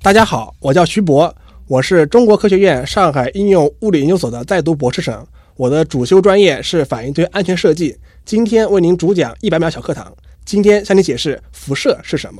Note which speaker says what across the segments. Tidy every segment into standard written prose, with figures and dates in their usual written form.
Speaker 1: 大家好，我叫徐博，我是中国科学院上海应用物理研究所的在读博士生，我的主修专业是反应堆安全设计。今天为您主讲100秒小课堂，今天向您解释辐射是什么。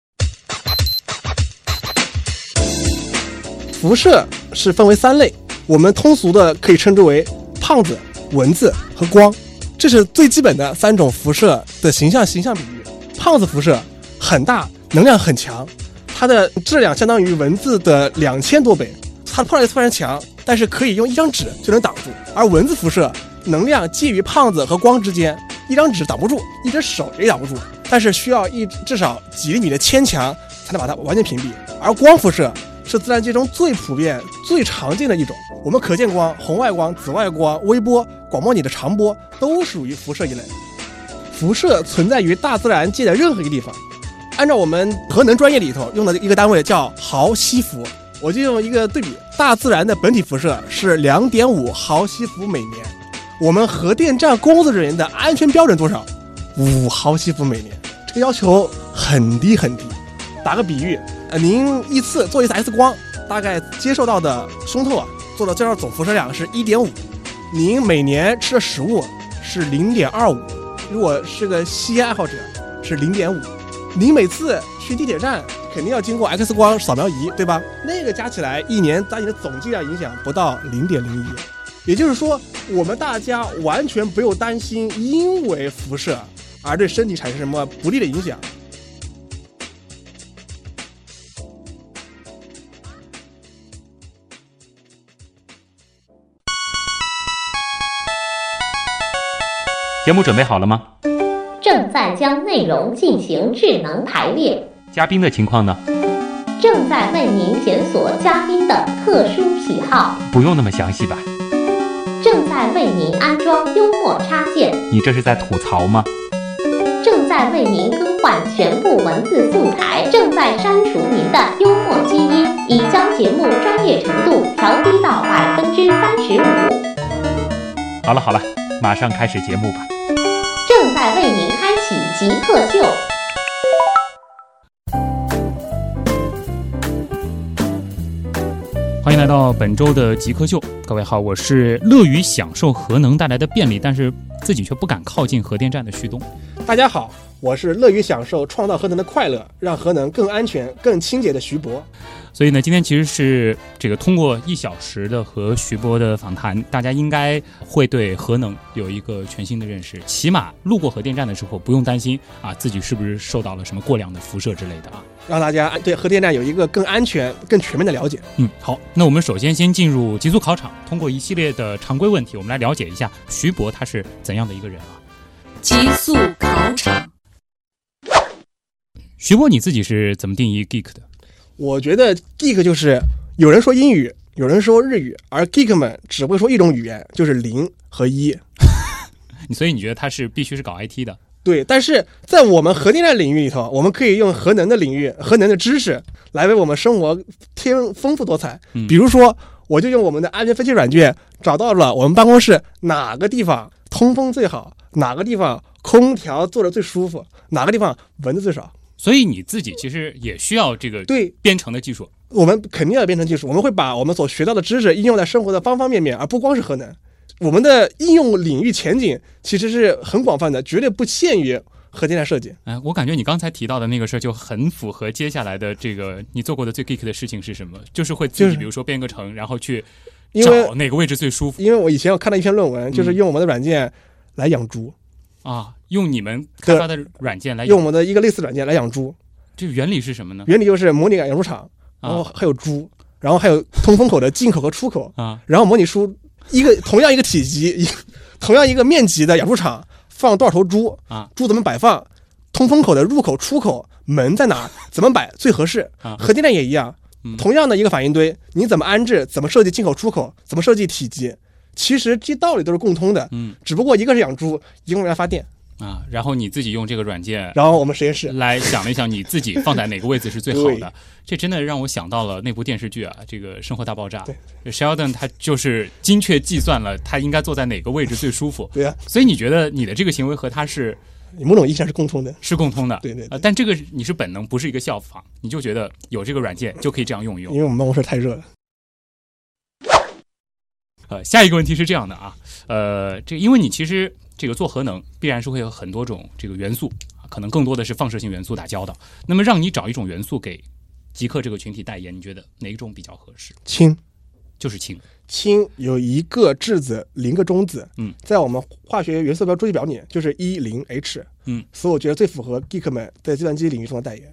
Speaker 1: 辐射是分为3类，我们通俗的可以称之为胖子、蚊子和光，这是最基本的3种辐射的形象比喻。胖子辐射很大，能量很强，它的质量相当于蚊子的2000多倍，它的破坏力非常强，但是可以用一张纸就能挡住。而蚊子辐射能量介于胖子和光之间，一张纸挡不住，一只手也挡不住，但是需要至少几厘米的铅强才能把它完全屏蔽。而光辐射是自然界中最普遍、最常见的一种。我们可见光、红外光、紫外光、微波、广播里的长波都属于辐射一类。辐射存在于大自然界的任何一个地方。按照我们核能专业里头用的一个单位叫毫西弗，我就用一个对比，大自然的本体辐射是2.5毫西弗每年，我们核电站工作人员的安全标准多少？5毫西弗每年，这个要求很低很低。打个比喻，您一次做一次 X 光，大概接受到的胸透做到这样总辐射量是1.5，您每年吃的食物是0.25，如果是个吸烟爱好者是0.5。您每次去地铁站肯定要经过 X 光扫描仪，对吧？那个加起来一年对你的总剂量影响不到0.01。也就是说，我们大家完全不用担心因为辐射而对身体产生什么不利的影响。
Speaker 2: 节目准备好了吗？
Speaker 3: 正在将内容进行智能排列。
Speaker 2: 嘉宾的情况呢？
Speaker 3: 正在为您检索嘉宾的特殊喜好。
Speaker 2: 不用那么详细吧？
Speaker 3: 正在为您安装幽默插件。
Speaker 2: 你这是在吐槽吗？
Speaker 3: 正在为您更换全部文字素材。正在删除您的幽默基因，已将节目专业程度调低到35%。
Speaker 2: 好了，马上开始节目吧。
Speaker 3: 正在为您开启极客秀。
Speaker 4: 欢迎来到本周的极客秀。各位好，我是乐于享受核能带来的便利，但是自己却不敢靠近核电站的旭东。
Speaker 1: 大家好，我是乐于享受创造核能的快乐，让核能更安全、更清洁的徐博。
Speaker 4: 所以呢，今天其实是这个通过1小时的和徐博的访谈，大家应该会对核能有一个全新的认识，起码路过核电站的时候不用担心自己是不是受到了什么过量的辐射之类的
Speaker 1: 让大家对核电站有一个更安全、更全面的了解。
Speaker 4: 好，那我们首先先进入极速考场，通过一系列的常规问题，我们来了解一下徐博他是怎样的一个人
Speaker 5: 极速考场。
Speaker 4: 徐博，你自己是怎么定义 geek 的？
Speaker 1: 我觉得 geek 就是有人说英语，有人说日语，而 geek 们只会说一种语言，就是0和1。
Speaker 4: 所以你觉得他是必须是搞 IT 的？
Speaker 1: 对，但是在我们核电站领域里头，我们可以用核能的领域、核能的知识来为我们生活添丰富多彩。比如说，我就用我们的安全分析软件找到了我们办公室哪个地方通风最好，哪个地方空调做得最舒服，哪个地方蚊子最少。
Speaker 4: 所以你自己其实也需要这个编程的技术。
Speaker 1: 我们肯定要编程技术，我们会把我们所学到的知识应用在生活的方方面面，而不光是核能。我们的应用领域前景其实是很广泛的，绝对不限于核电站设计。
Speaker 4: 我感觉你刚才提到的那个事儿就很符合接下来的这个你做过的最 geek 的事情是什么？就是会自己比如说编个程，然后去找哪个位置最舒服。
Speaker 1: 因为我以前我看到一篇论文，就是用我们的软件来养猪。
Speaker 4: 用你们开发的软件来
Speaker 1: 用我们的一个类似软件来养猪。
Speaker 4: 这原理是什么呢？
Speaker 1: 原理就是模拟养猪场，然后还有猪，然后还有通风口的进口和出口然后模拟出同样一个体积、同样一个面积的养猪场，放多少头猪猪怎么摆放，通风口的入口、出口门在哪，怎么摆最合适核电站也一样，同样的一个反应堆，你怎么安置，怎么设计进口、出口，怎么设计体积，其实这些道理都是共通的。只不过一个是养猪，一个是来发电。
Speaker 4: 然后你自己用这个软件，
Speaker 1: 然后我们实验室
Speaker 4: 来想了一想你自己放在哪个位置是最好的。这真的让我想到了那部电视剧这个《生活大爆炸》。Sheldon 他就是精确计算了他应该坐在哪个位置最舒服。
Speaker 1: 对啊，
Speaker 4: 所以你觉得你的这个行为和他是
Speaker 1: 某种意义上是共通的。
Speaker 4: 是共通的。
Speaker 1: 对对对
Speaker 4: 但这个你是本能，不是一个效仿，你就觉得有这个软件就可以这样用一用。
Speaker 1: 因为我们办公室太热了。
Speaker 4: 下一个问题是这样的啊，因为你其实这个做核能必然是会有很多种这个元素，可能更多的是放射性元素打交道。那么让你找一种元素给极客这个群体代言，你觉得哪一种比较合适？
Speaker 1: 氢，
Speaker 4: 就是氢。
Speaker 1: 氢有1个质子0个中子，在我们化学元素标周期表里就是 10H，所以我觉得最符合 geek 们在计算机领域中的代言。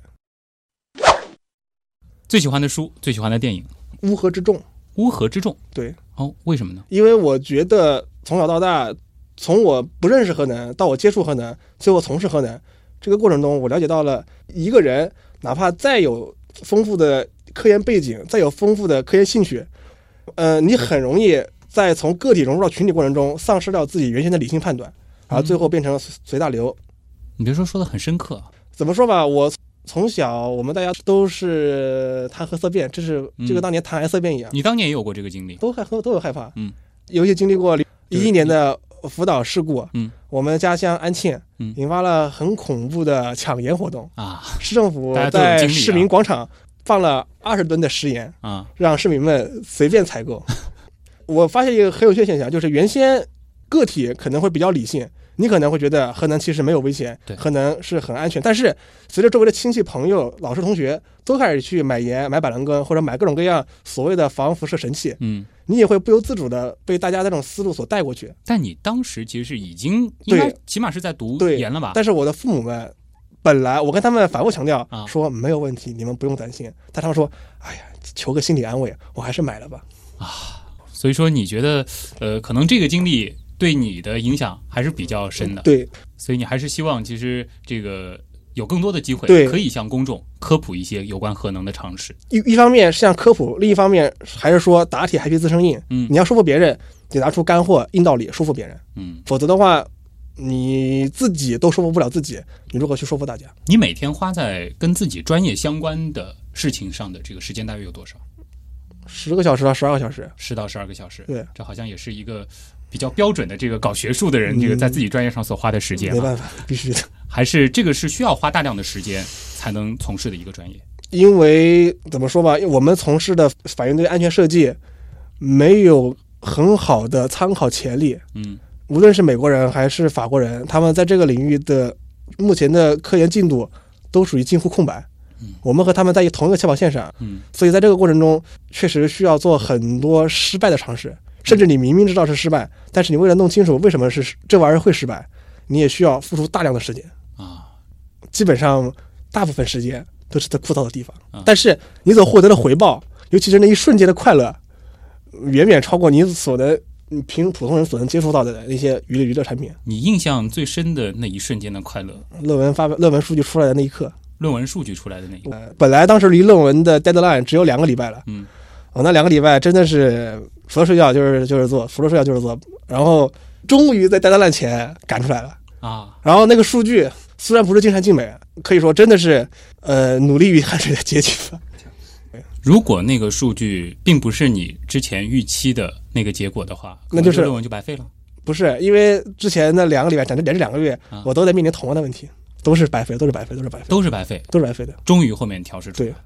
Speaker 4: 最喜欢的书，最喜欢的电影，
Speaker 1: 乌合之众。
Speaker 4: 乌合之众，
Speaker 1: 对，
Speaker 4: 为什么呢？
Speaker 1: 因为我觉得从小到大，从我不认识核能到我接触核能，最后从事核能这个过程中，我了解到了一个人哪怕再有丰富的科研背景，再有丰富的科研兴趣，你很容易在从个体融入到群体过程中丧失掉自己原先的理性判断，然后最后变成随大流。
Speaker 4: 你别说得很深刻。
Speaker 1: 怎么说吧，我从小我们大家都是谈核色变，这个当年谈癌色变一样。
Speaker 4: 你当年也有过这个经历？
Speaker 1: 都有害怕。尤其经历过2011年的福岛事故，我们家乡安庆，引发了很恐怖的抢盐活动啊！市政府在市民广场放了20吨的食盐啊，让市民们随便采购。我发现一个很有趣的现象，就是原先个体可能会比较理性，你可能会觉得核能其实没有危险，核能是很安全。但是随着周围的亲戚朋友、老师同学都开始去买盐、买板蓝根，或者买各种各样所谓的防辐射神器，你也会不由自主的被大家的这种思路所带过去。
Speaker 4: 但你当时其实是已经应该起码是在读研了吧？
Speaker 1: 但是我的父母们本来我跟他们反复强调说没有问题，你们不用担心。但他们说，哎呀，求个心理安慰，我还是买了吧。
Speaker 4: 所以说你觉得可能这个经历对你的影响还是比较深的。
Speaker 1: 对，
Speaker 4: 所以你还是希望其实这个有更多的机会可以向公众科普一些有关核能的常识。
Speaker 1: 一方面是向科普，另一方面还是说打铁还需自身硬。你要说服别人，得拿出干货硬道理说服别人。否则的话你自己都说服不了自己，你如何去说服大家？
Speaker 4: 你每天花在跟自己专业相关的事情上的这个时间大约有多少
Speaker 1: ？10个小时到12个小时。
Speaker 4: 10到12个小时。
Speaker 1: 对，
Speaker 4: 这好像也是一个比较标准的这个搞学术的人，这个在自己专业上所花的时间。
Speaker 1: 没办法，必须的。
Speaker 4: 还是这个是需要花大量的时间才能从事的一个专业。
Speaker 1: 因为怎么说吧，我们从事的反应堆安全设计没有很好的参考前例。无论是美国人还是法国人，他们在这个领域的目前的科研进度都属于近乎空白。我们和他们在同一个起跑线上，所以在这个过程中确实需要做很多失败的尝试，甚至你明明知道是失败，但是你为了弄清楚为什么是这玩意儿会失败，你也需要付出大量的时间啊。基本上大部分时间都是在枯燥的地方，但是你所获得的回报，尤其是那一瞬间的快乐，远远超过你凭普通人所能接触到的那些娱乐产品。
Speaker 4: 你印象最深的那一瞬间的快乐，
Speaker 1: 论文数据出来的那一刻。
Speaker 4: 论文数据出来的那一刻，
Speaker 1: 本来当时离论文的 deadline 只有2个礼拜了。那2个礼拜真的是除了睡觉就是做，除了睡觉就是做，然后终于在 deadline 前赶出来了啊！然后那个数据虽然不是尽善尽美，可以说真的是努力与汗水的结局吧。
Speaker 4: 如果那个数据并不是你之前预期的那个结果的话，
Speaker 1: 那就是
Speaker 4: 论文就白费了。
Speaker 1: 不是，因为之前的2个礼拜，连着2个月，我都在面临同样的问题。都是白费的。终于后面调试出来。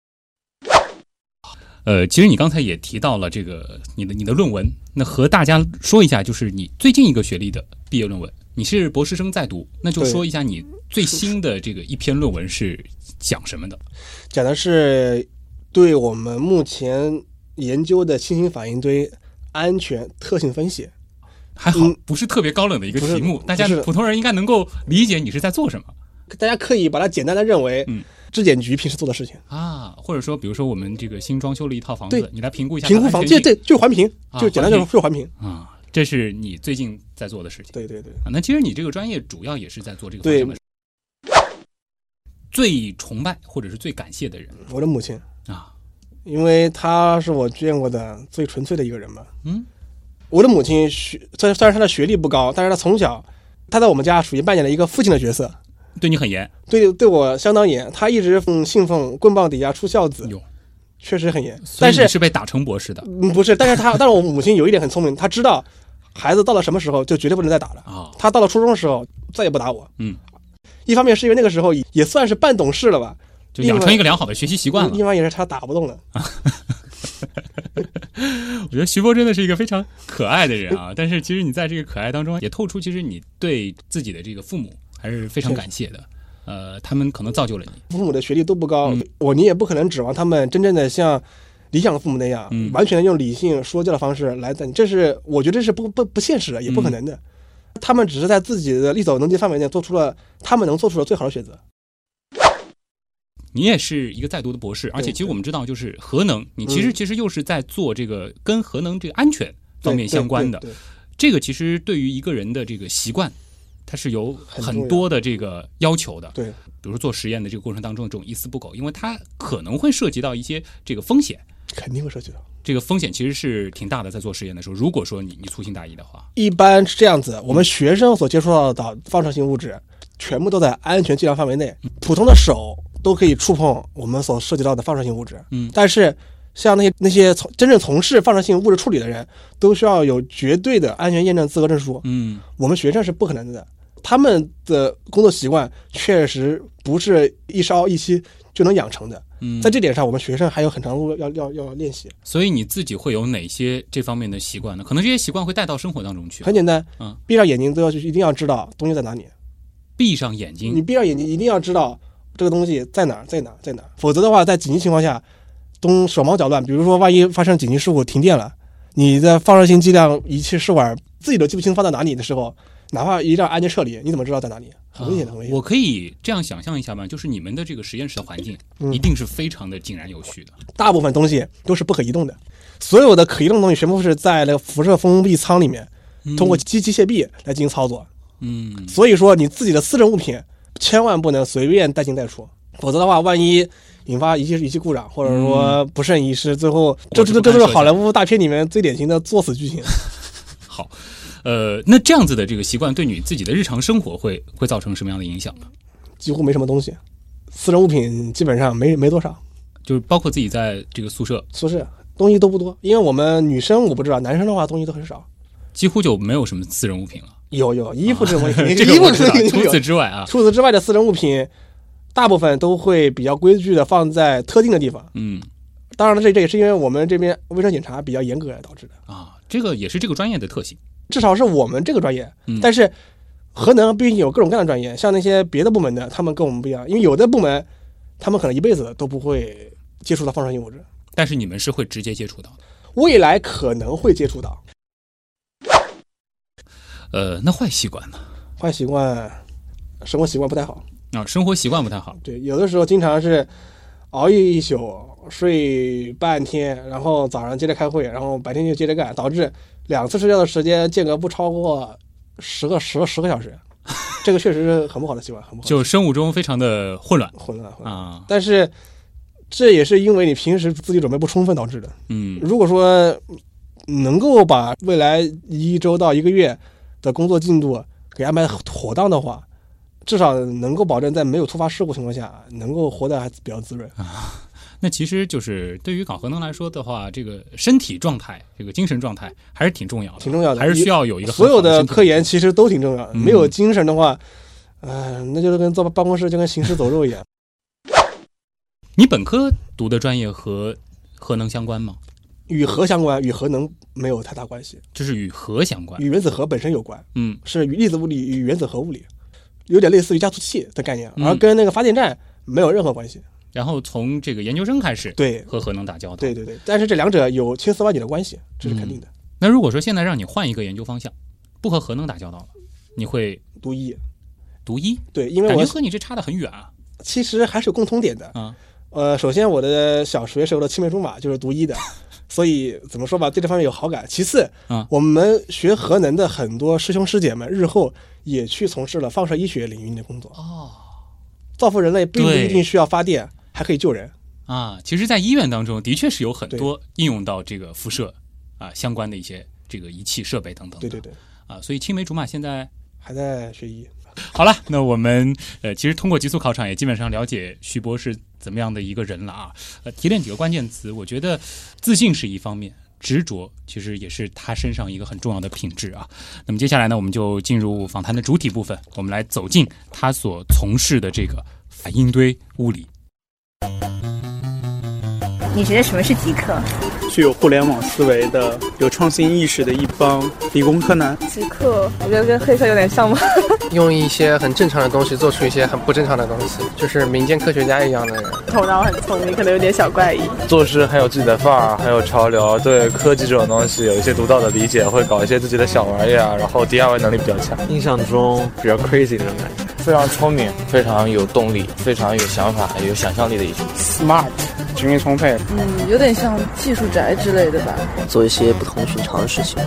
Speaker 1: 对。
Speaker 4: 其实你刚才也提到了这个你的论文，那和大家说一下，就是你最近一个学历的毕业论文，你是博士生在读，那就说一下你最新的这个一篇论文是讲什么的？
Speaker 1: 讲的是对我们目前研究的新型反应堆安全特性分析。
Speaker 4: 还好不是特别高冷的一个题目，大家普通人应该能够理解你是在做什么。
Speaker 1: 大家可以把它简单的认为质检局平时做的事情
Speaker 4: 啊，或者说比如说我们这个新装修了一套房子，你来评估一下
Speaker 1: 评估房子，对，就是环评，就简单就是环评
Speaker 4: 啊。这是你最近在做的事情。
Speaker 1: 对
Speaker 4: 那其实你这个专业主要也是在做这个方向的事。最崇拜或者是最感谢的人，
Speaker 1: 我的母亲
Speaker 4: 啊，
Speaker 1: 因为她是我见过的最纯粹的一个人吧。我的母亲虽然她的学历不高，但是她从小她在我们家属于扮演了一个父亲的角色，
Speaker 4: 对你很严，
Speaker 1: 对我相当严。她一直信奉棍棒底下出孝子，确实很严。但是
Speaker 4: 你是被打成博士的？
Speaker 1: 不是，但是我母亲有一点很聪明，她知道孩子到了什么时候就绝对不能再打了
Speaker 4: 啊。
Speaker 1: 他到了初中的时候再也不打我。一方面是因为那个时候也算是半懂事了吧，
Speaker 4: 就养成一个良好的学习习惯了。
Speaker 1: 另外也是他打不动了。
Speaker 4: 我觉得徐波真的是一个非常可爱的人啊，但是其实你在这个可爱当中也透出，其实你对自己的这个父母还是非常感谢的。他们可能造就了你。
Speaker 1: 父母的学历都不高，你也不可能指望他们真正的像理想的父母那样，完全用理性说教的方式来带你，我觉得这是不现实的，也不可能的。他们只是在自己的力所能及范围内做出了他们能做出的最好的选择。
Speaker 4: 你也是一个在读的博士，而且其实我们知道，就是核能，你其实又是在做这个跟核能这个安全方面相关的。这个其实对于一个人的这个习惯，它是有很多的这个要求的。
Speaker 1: 对，
Speaker 4: 比如说做实验的这个过程当中，这种一丝不苟，因为它可能会涉及到一些这个风险。
Speaker 1: 肯定会涉及到
Speaker 4: 这个风险，其实是挺大的。在做实验的时候，如果说你粗心大意的话，
Speaker 1: 一般是这样子。我们学生所接触到的放射性物质，全部都在安全剂量范围内，普通的手都可以触碰我们所涉及到的放射性物质。但是像那些真正从事放射性物质处理的人，都需要有绝对的安全验证资格证书。我们学生是不可能的。他们的工作习惯确实不是一朝一夕就能养成的。在这点上，我们学生还有很长路要练习。
Speaker 4: 所以你自己会有哪些这方面的习惯呢？可能这些习惯会带到生活当中去。
Speaker 1: 很简单，闭上眼睛一定要知道东西在哪里。
Speaker 4: 闭上眼睛，
Speaker 1: 你闭上眼睛一定要知道这个东西在哪儿，否则的话，在紧急情况下，手忙脚乱，比如说万一发生紧急事故停电了，你的放射性剂量仪器试管自己都记不清放在哪里的时候，哪怕一让按键撤离，你怎么知道在哪里？很危险的，很危险。
Speaker 4: 我可以这样想象一下吧，就是你们的这个实验室的环境一定是非常的井然有序的。
Speaker 1: 大部分东西都是不可移动的，所有的可移动的东西全部是在那个辐射封闭舱里面，通过机械臂来进行操作。所以说你自己的私人物品千万不能随便带进带出，否则的话，万一引发仪器故障，或者说不慎遗失，最后这都是好莱坞大片里面最典型的作死剧情。
Speaker 4: 好。那这样子的这个习惯对你自己的日常生活会造成什么样的影响呢？
Speaker 1: 几乎没什么东西，私人物品基本上没多少，
Speaker 4: 就是包括自己在这个宿舍
Speaker 1: 东西都不多，因为我们女生我不知道，男生的话东西都很少，
Speaker 4: 几乎就没有什么私人物品了。
Speaker 1: 有衣服这种问题，
Speaker 4: 这个我知道。除此之外
Speaker 1: 的私人物品，大部分都会比较规矩的放在特定的地方。当然了，这也是因为我们这边卫生检查比较严格导致的
Speaker 4: 啊。这个也是这个专业的特性。
Speaker 1: 至少是我们这个专业，但是核能毕竟有各种各样的专业，像那些别的部门的，他们跟我们不一样，因为有的部门他们可能一辈子都不会接触到放射性物质，
Speaker 4: 但是你们是会直接接触到的，
Speaker 1: 未来可能会接触到。
Speaker 4: 那坏习惯呢？
Speaker 1: 坏习惯，生活习惯不太好
Speaker 4: 啊，生活习惯不太好。
Speaker 1: 对，有的时候经常是熬夜一宿，睡半天，然后早上接着开会，然后白天就接着干，导致2次睡觉的时间间隔不超过10个小时，这个确实是很不好的习惯，很不好。
Speaker 4: 就生物钟非常的混乱
Speaker 1: 啊！但是这也是因为你平时自己准备不充分导致的。如果说能够把未来1周到1个月的工作进度给安排妥当的话，至少能够保证在没有突发事故情况下，能够活得还比较滋润
Speaker 4: 啊。那其实就是对于搞核能来说的话，这个身体状态、这个精神状态还是挺重要的，还是需要有一个很好的。
Speaker 1: 所有的科研其实都挺重要的，没有精神的话，那就是跟坐办公室就跟行尸走肉一样。
Speaker 4: 你本科读的专业和核能相关吗？
Speaker 1: 与核相关，与核能没有太大关系。
Speaker 4: 就是与核相关，
Speaker 1: 与原子核本身有关。是与粒子物理与原子核物理，有点类似于加速器的概念，而跟那个发电站没有任何关系。
Speaker 4: 然后从这个研究生开始，
Speaker 1: 对，
Speaker 4: 和核能打交道，
Speaker 1: 对，但是这两者有千丝万缕的关系，这是肯定的。
Speaker 4: 那如果说现在让你换一个研究方向，不和核能打交道了，你会
Speaker 1: 读医？对，因为
Speaker 4: 感觉和你这差得很远啊。
Speaker 1: 其实还是有共通点的首先我的小学时候的青梅竹马就是读医的，所以怎么说吧，对这方面有好感。其次我们学核能的很多师兄师姐们日后也去从事了放射医学领域的工作造福人类，并不一定需要发电，还可以救人
Speaker 4: 啊。其实在医院当中的确是有很多应用到这个辐射相关的一些这个仪器设备等等。
Speaker 1: 对
Speaker 4: 所以青梅竹马现在
Speaker 1: 还在学医。
Speaker 4: 好了，那我们其实通过极速考场也基本上了解徐博是怎么样的一个人了啊。提炼几个关键词，我觉得自信是一方面， 执着其实也是他身上一个很重要的品质啊。那么接下来呢，我们就进入访谈的主体部分，我们来走进他所从事的这个反应堆物理。
Speaker 6: 你觉得什么是极客？
Speaker 7: 具有互联网思维的、有创新意识的一帮理工科男。
Speaker 8: 极客，我觉得跟黑客有点像吧。
Speaker 9: 用一些很正常的东西做出一些很不正常的东西，就是民间科学家一样的人。
Speaker 8: 头脑很聪明，可能有点小怪异。
Speaker 10: 做事很有自己的范儿，很有潮流，对科技这种东西有一些独到的理解，会搞一些自己的小玩意啊，然后 DIY 能力比较强。
Speaker 11: 印象中比较 crazy 那种感觉。
Speaker 10: 非常聪明，非常有动力，非常有想法，有想象力的一群。
Speaker 7: Smart， 精力充沛。
Speaker 8: 有点像技术宅之类的吧。
Speaker 11: 做一些不同寻常的事情。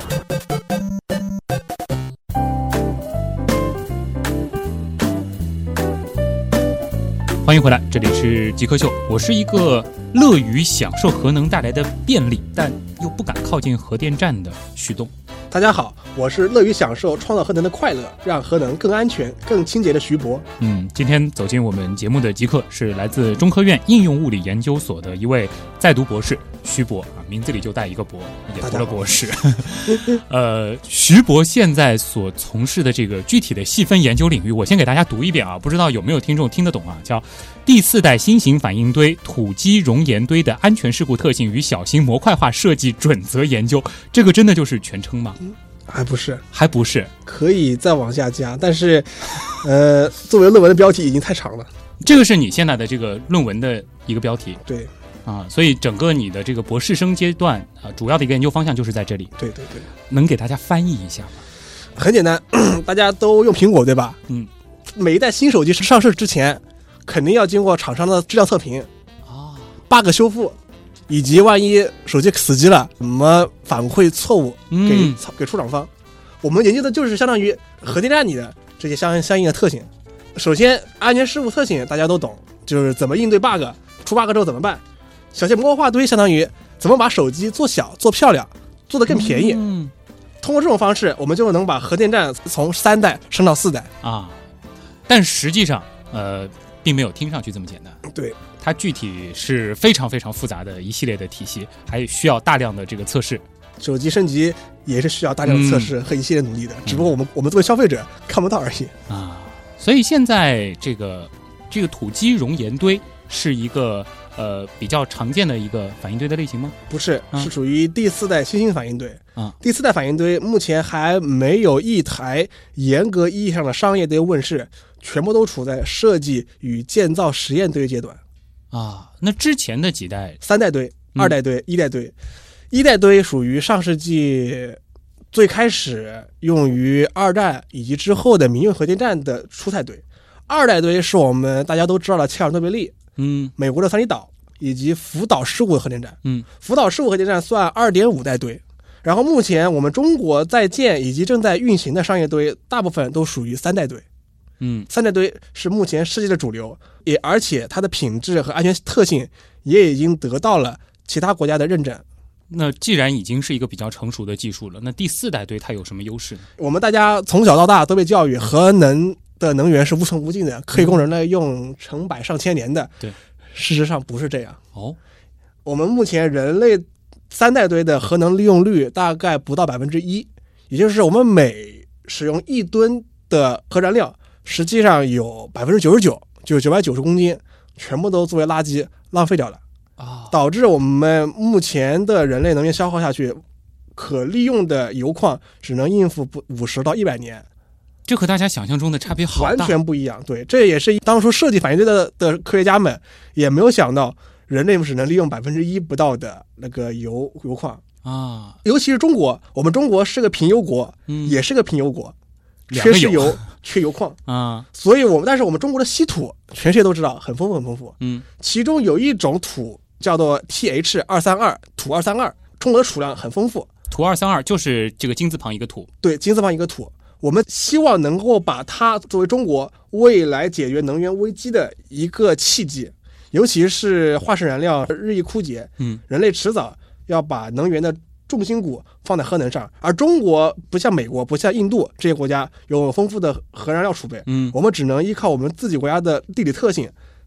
Speaker 4: 欢迎回来，这里是极客秀，我是一个乐于享受核能带来的便利，但又不敢靠近核电站的徐东。
Speaker 1: 大家好，我是乐于享受创造核能的快乐，让核能更安全、更清洁的徐博。
Speaker 4: 今天走进我们节目的极客是来自中科院应用物理研究所的一位在读博士徐博啊，名字里就带一个博，也读了博士。徐博现在所从事的这个具体的细分研究领域，我先给大家读一遍啊，不知道有没有听众听得懂啊？叫第4代新型反应堆土基熔岩堆的安全事故特性与小型模块化设计准则研究，这个真的就是全称吗？
Speaker 1: 还不是， 可以再往下加，但是，作为论文的标题已经太长了。
Speaker 4: 这个是你现在的这个论文的一个标题，
Speaker 1: 对，
Speaker 4: 啊，所以整个你的这个博士生阶段啊，主要的一个研究方向就是在这里。
Speaker 1: 对，
Speaker 4: 能给大家翻译一下吗？
Speaker 1: 很简单，大家都用苹果对吧？每一代新手机上市之前，肯定要经过厂商的质量测评啊、bug 修复。以及万一手机死机了，怎么反馈错误给出厂方？我们研究的就是相当于核电站里的这些相应的特性。首先，安全事故特性大家都懂，就是怎么应对 bug， 出 bug 之后怎么办？小型模块化堆相当于怎么把手机做小、做漂亮、做得更便宜。通过这种方式，我们就能把核电站从3代升到4代
Speaker 4: 啊。但实际上，并没有听上去这么简单。
Speaker 1: 对。
Speaker 4: 它具体是非常非常复杂的一系列的体系，还需要大量的这个测试。
Speaker 1: 手机升级也是需要大量的测试和一系列努力的，只不过我们作为消费者看不到而已
Speaker 4: 啊。所以现在这个土基熔岩堆是一个比较常见的一个反应堆的类型吗？
Speaker 1: 不是，是属于第4代新型反应堆
Speaker 4: 啊。
Speaker 1: 第4代反应堆目前还没有一台严格意义上的商业堆问世，全部都处在设计与建造实验堆阶段。
Speaker 4: 啊，那之前的几代
Speaker 1: ，3代堆、2代堆、1代堆，1代堆属于上世纪最开始用于2战以及之后的民用核电站的初代堆，2代堆是我们大家都知道的切尔诺贝利，美国的三里岛以及福岛事故核电站，福岛事故核电站算2.5代堆，然后目前我们中国在建以及正在运行的商业堆，大部分都属于3代堆。3代堆是目前世界的主流，而且它的品质和安全特性也已经得到了其他国家的认证。
Speaker 4: 那既然已经是一个比较成熟的技术了，那第4代堆它有什么优势呢？
Speaker 1: 我们大家从小到大都被教育核能的能源是无穷无尽的，可以供人类用成百上千年的。
Speaker 4: 对，
Speaker 1: 事实上不是这样。
Speaker 4: 我
Speaker 1: 们目前人类3代堆的核能利用率大概不到1%，也就是我们每使用1吨的核燃料，实际上有99%，就是990公斤，全部都作为垃圾浪费掉了啊，导致我们目前的人类能源消耗下去，可利用的油矿只能应付50到100年，
Speaker 4: 这和大家想象中的差别好大，
Speaker 1: 完全不一样。对，这也是当初设计反应堆的科学家们也没有想到，人类只能利用1%不到的那个油矿啊。尤其是中国，我们中国是个贫油国，也是个贫油国。缺石油，缺油矿
Speaker 4: 啊，
Speaker 1: 所以但是我们中国的稀土，全世界都知道很丰富很丰富。其中有一种土叫做 TH232，土232，中国的储量很丰富。
Speaker 4: 土232就是这个金字旁一个土，
Speaker 1: 对，金字旁一个土。我们希望能够把它作为中国未来解决能源危机的一个契机，尤其是化石燃料日益枯竭，人类迟早要把能源的重心骨放在核能上，而中国不像美国、不像印度这些国家有丰富的核燃料储备，我们只能依靠我们自己国家的地理特性，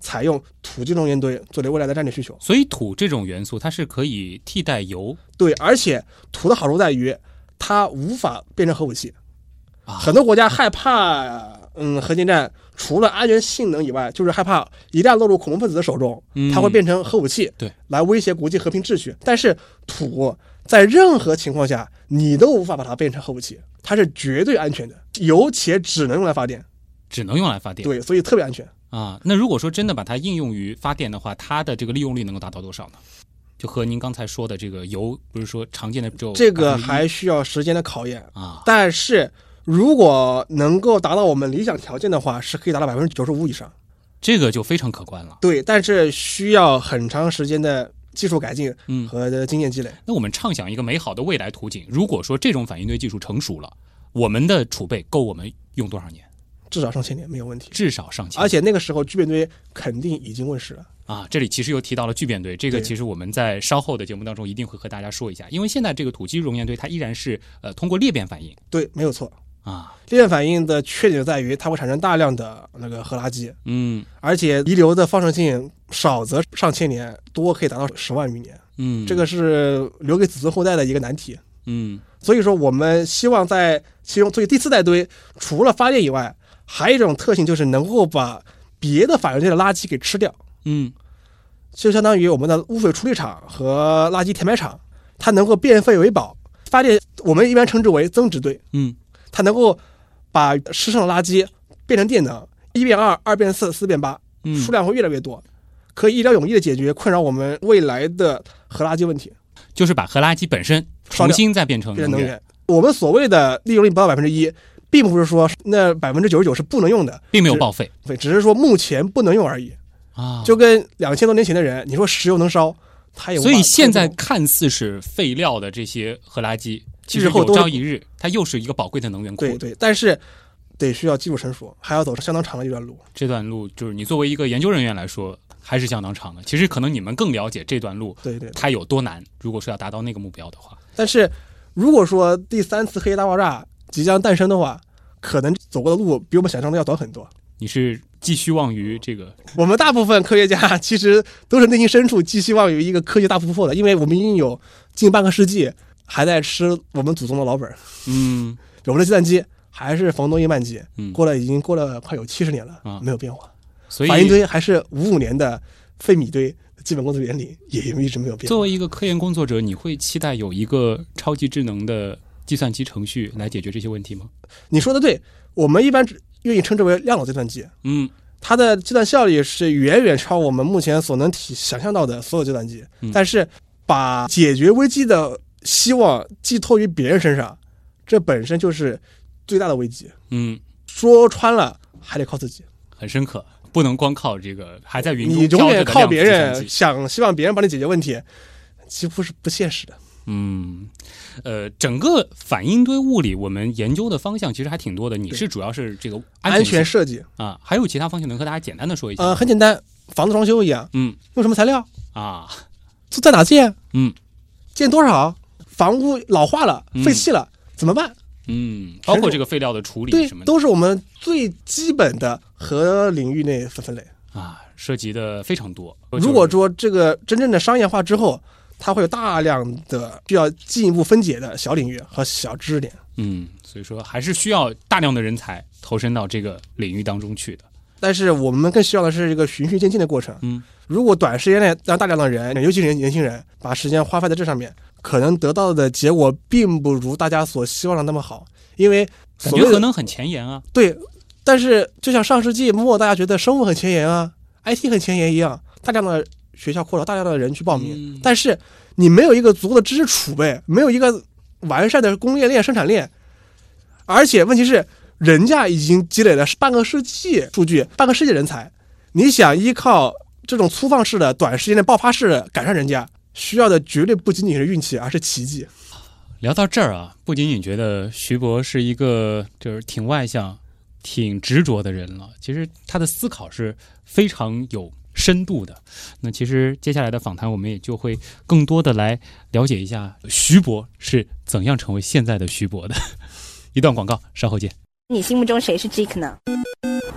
Speaker 1: 采用土这种烟堆作为未来的战略需求。
Speaker 4: 所以土这种元素它是可以替代油。
Speaker 1: 对，而且土的好处在于它无法变成核武器。很多国家害怕核电站除了安全性能以外，就是害怕一旦落入恐怖分子的手中，它会变成核武器，
Speaker 4: 对，
Speaker 1: 来威胁国际和平秩序。但是土在任何情况下你都无法把它变成核武器，它是绝对安全的，油且只能用来发电，
Speaker 4: 对，
Speaker 1: 所以特别安全
Speaker 4: 啊。那如果说真的把它应用于发电的话，它的这个利用率能够达到多少呢？就和您刚才说的这个油，不是说常见的
Speaker 1: 这个还需要时间的考验
Speaker 4: 啊。
Speaker 1: 但是如果能够达到我们理想条件的话，是可以达到95%以上，
Speaker 4: 这个就非常可观了。
Speaker 1: 对，但是需要很长时间的技术改进和经验积累。
Speaker 4: 那我们畅想一个美好的未来图景，如果说这种反应堆技术成熟了，我们的储备够我们用多少年？
Speaker 1: 至少上千年没有问题，
Speaker 4: 至少上千年。
Speaker 1: 而且那个时候聚变堆肯定已经问世了
Speaker 4: 啊。这里其实又提到了聚变堆，这个其实我们在稍后的节目当中一定会和大家说一下，因为现在这个土基熔岩堆它依然是通过裂变反应。
Speaker 1: 对，没有错
Speaker 4: 啊。
Speaker 1: 裂变反应的缺点在于它会产生大量的那个核垃圾，而且遗留的放射性少则上千年，多可以达到10万余年，这个是留给子孙后代的一个难题，所以说我们希望在其中作为第4代堆，除了发电以外，还有一种特性就是能够把别的反应堆的垃圾给吃掉，就相当于我们的污水处理厂和垃圾填埋场，它能够变废为宝。发电我们一般称之为增值堆，它能够把吃剩的垃圾变成电能，1变2， 2变4， 4变8，数量会越来越多，可以一劳永逸的解决困扰我们未来的核垃圾问题，
Speaker 4: 就是把核垃圾本身重新再变成能源。
Speaker 1: 我们所谓的利用率不到1%，并不是说那99%是不能用的，
Speaker 4: 并没有报废，
Speaker 1: 只是说目前不能用而已
Speaker 4: 啊。
Speaker 1: 就跟2000多年前的人，你说石油能烧，它也
Speaker 4: 所以现在看似是废料的这些核垃圾，其实有朝一日它又是一个宝贵的能源库。
Speaker 1: 对，但是得需要技术成熟，还要走相当长的一段路。
Speaker 4: 这段路就是你作为一个研究人员来说，还是相当长的。其实可能你们更了解这段路，
Speaker 1: 对，
Speaker 4: 它有多难。如果说要达到那个目标的话，
Speaker 1: 但是如果说第3次黑夜大爆炸即将诞生的话，可能走过的路比我们想象的要短很多。
Speaker 4: 你是寄希望于这个？
Speaker 1: 我们大部分科学家其实都是内心深处寄希望于一个科学大突破的，因为我们已经有近半个世纪还在吃我们祖宗的老本。我们的计算机还是冯诺依曼机，已经过了快有70年了，没有变化。
Speaker 4: 所以
Speaker 1: 反应堆还是55年的费米堆基本工作原理也一直没有变化。
Speaker 4: 作为一个科研工作者，你会期待有一个超级智能的计算机程序来解决这些问题吗？
Speaker 1: 你说的对，我们一般愿意称之为量子计算机。它的计算效率是远远超我们目前所能想象到的所有计算机。但是把解决危机的希望寄托于别人身上，这本身就是最大的危机。说穿了还得靠自己。很
Speaker 4: 深刻，不能光靠这个还在云中
Speaker 1: 你永远靠别人，希望别人帮你解决问题，几乎是不现实的。
Speaker 4: 整个反应堆物理我们研究的方向其实还挺多的。你是主要是这个
Speaker 1: 安全设计
Speaker 4: 啊，还有其他方向能和大家简单的说一下？
Speaker 1: 很简单，房子装修一样，用什么材料
Speaker 4: 啊？
Speaker 1: 在哪建？建多少？房屋老化了，废弃了怎么办？
Speaker 4: 包括这个废料的处理什么的，
Speaker 1: 都是我们最基本的核领域内分类
Speaker 4: 啊，涉及的非常多。
Speaker 1: 如果说这个真正的商业化之后，它会有大量的需要进一步分解的小领域和小知识点。
Speaker 4: 所以说还是需要大量的人才投身到这个领域当中去的。
Speaker 1: 但是我们更需要的是这个循序渐进的过程。如果短时间内让大量的人，尤其是年轻人，把时间花费在这上面，可能得到的结果并不如大家所希望的那么好。因为
Speaker 4: 感觉可能很前沿啊。
Speaker 1: 对，但是就像上世纪末大家觉得生物很前沿啊， IT 很前沿一样，大量的学校扩招，大量的人去报名，但是你没有一个足够的知识储备，没有一个完善的工业链、生产链，而且问题是人家已经积累了半个世纪数据，半个世纪人才，你想依靠这种粗放式的短时间的爆发式的赶上人家，需要的绝对不仅仅是运气，而是奇迹。
Speaker 4: 聊到这儿啊，不仅仅觉得徐博是一个就是挺外向、挺执着的人了，其实他的思考是非常有深度的。那其实接下来的访谈，我们也就会更多的来了解一下徐博是怎样成为现在的徐博的。一段广告，稍后见。
Speaker 6: 你心目中谁是 Geek 呢？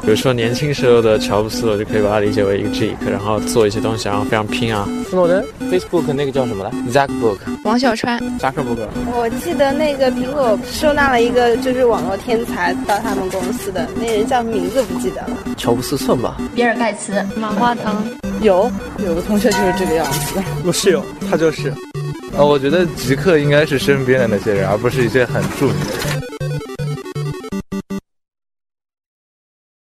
Speaker 11: 比如说年轻时候的乔布斯，我就可以把它理解为一个 geek， 然后做一些东西，然后非常拼啊。
Speaker 12: 斯诺登 Facebook 那个叫什么来 ？Zuckerberg
Speaker 13: 王小川
Speaker 12: 扎克伯格。
Speaker 14: 我记得那个苹果收纳了一个就是网络天才到他们公司的那人叫名字不记得了。
Speaker 11: 乔布斯算吧。
Speaker 13: 比尔盖茨、马化腾。
Speaker 8: 有个同学就是这个样子。
Speaker 7: 我室友他就是。
Speaker 10: 我觉得极客应该是身边的那些人，而不是一些很著名的人。